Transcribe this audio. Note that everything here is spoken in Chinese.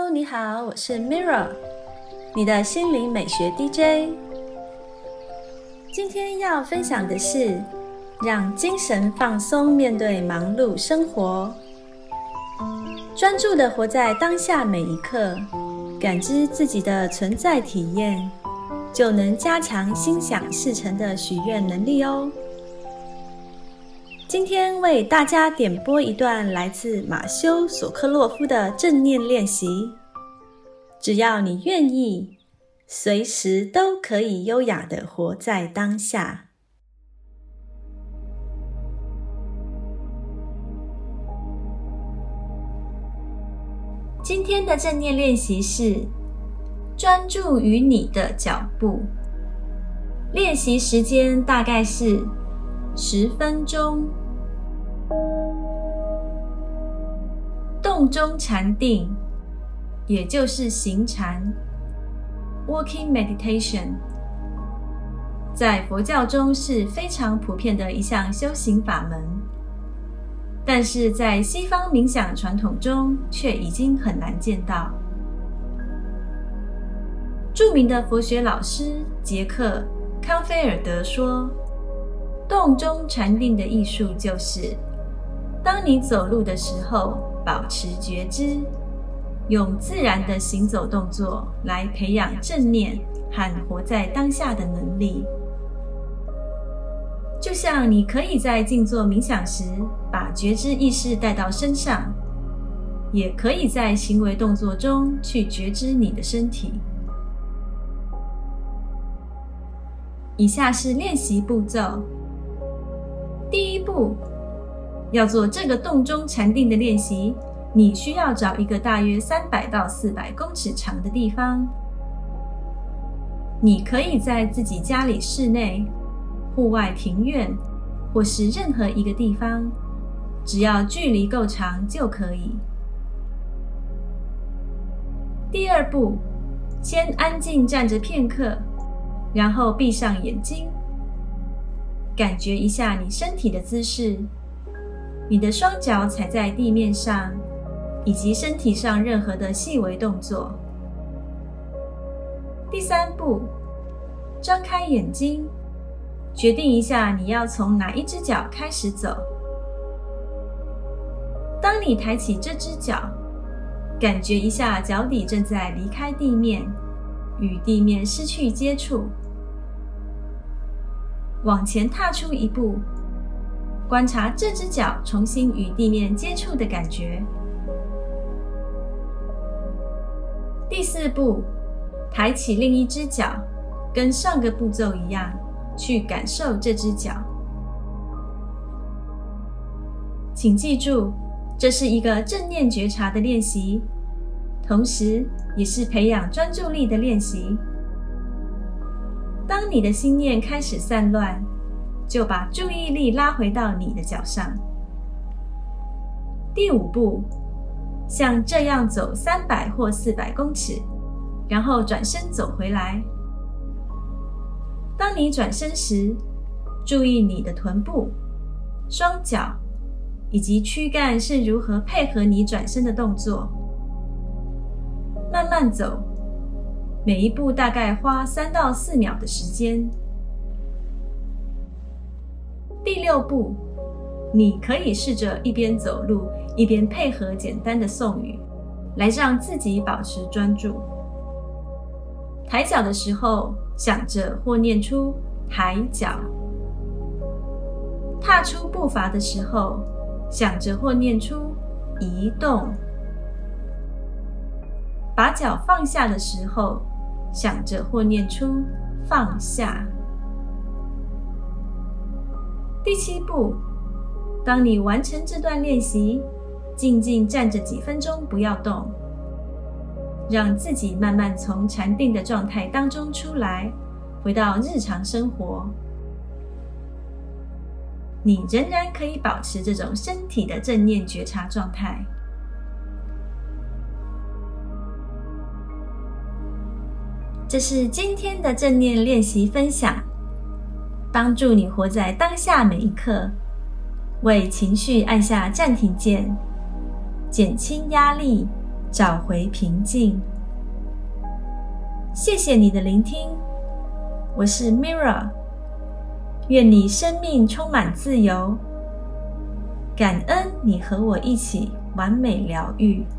Hello， 你好，我是 Mira， 你的心灵美学 DJ。今天要分享的是，让精神放松面对忙碌生活，专注地活在当下每一刻，感知自己的存在体验，就能加强心想事成的许愿能力哦。今天为大家点播一段来自马修·索克洛夫的正念练习。只要你愿意，随时都可以优雅地活在当下。今天的正念练习是专注于你的脚步。练习时间大概是10分钟。动中禅定，也就是行禅 （Walking Meditation）， 在佛教中是非常普遍的一项修行法门，但是在西方冥想传统中却已经很难见到。著名的佛学老师杰克·康菲尔德说，动中禅定的艺术就是当你走路的时候保持觉知，用自然的行走动作来培养正念和活在当下的能力。就像你可以在静坐冥想时把觉知意识带到身上，也可以在行为动作中去觉知你的身体。以下是练习步骤。第一步，要做这个动中禅定的练习，你需要找一个大约300到400公尺长的地方。你可以在自己家里室内、户外庭院，或是任何一个地方，只要距离够长就可以。第二步，先安静站着片刻，然后闭上眼睛，感觉一下你身体的姿势，你的双脚踩在地面上，以及身体上任何的细微动作。第三步，张开眼睛，决定一下你要从哪一只脚开始走。当你抬起这只脚，感觉一下脚底正在离开地面，与地面失去接触。往前踏出一步，观察这只脚重新与地面接触的感觉。第四步，抬起另一只脚，跟上个步骤一样，去感受这只脚。请记住，这是一个正念觉察的练习，同时也是培养专注力的练习。当你的心念开始散乱，就把注意力拉回到你的脚上。第五步，像这样走300或400公尺，然后转身走回来。当你转身时，注意你的臀部、双脚以及躯干是如何配合你转身的动作。慢慢走，每一步大概花3到4秒的时间。第6步，你可以试着一边走路一边配合简单的颂语，来让自己保持专注。抬脚的时候，想着或念出抬脚；踏出步伐的时候，想着或念出移动；把脚放下的时候，想着或念出放下。第7步，当你完成这段练习，静静站着几分钟，不要动，让自己慢慢从禅定的状态当中出来，回到日常生活。你仍然可以保持这种身体的正念觉察状态。这是今天的正念练习分享，帮助你活在当下每一刻，为情绪按下暂停键，减轻压力， 找回平静。谢谢你的聆听，我是 Mira， 愿你生命充满自由，感恩你和我一起完美疗愈。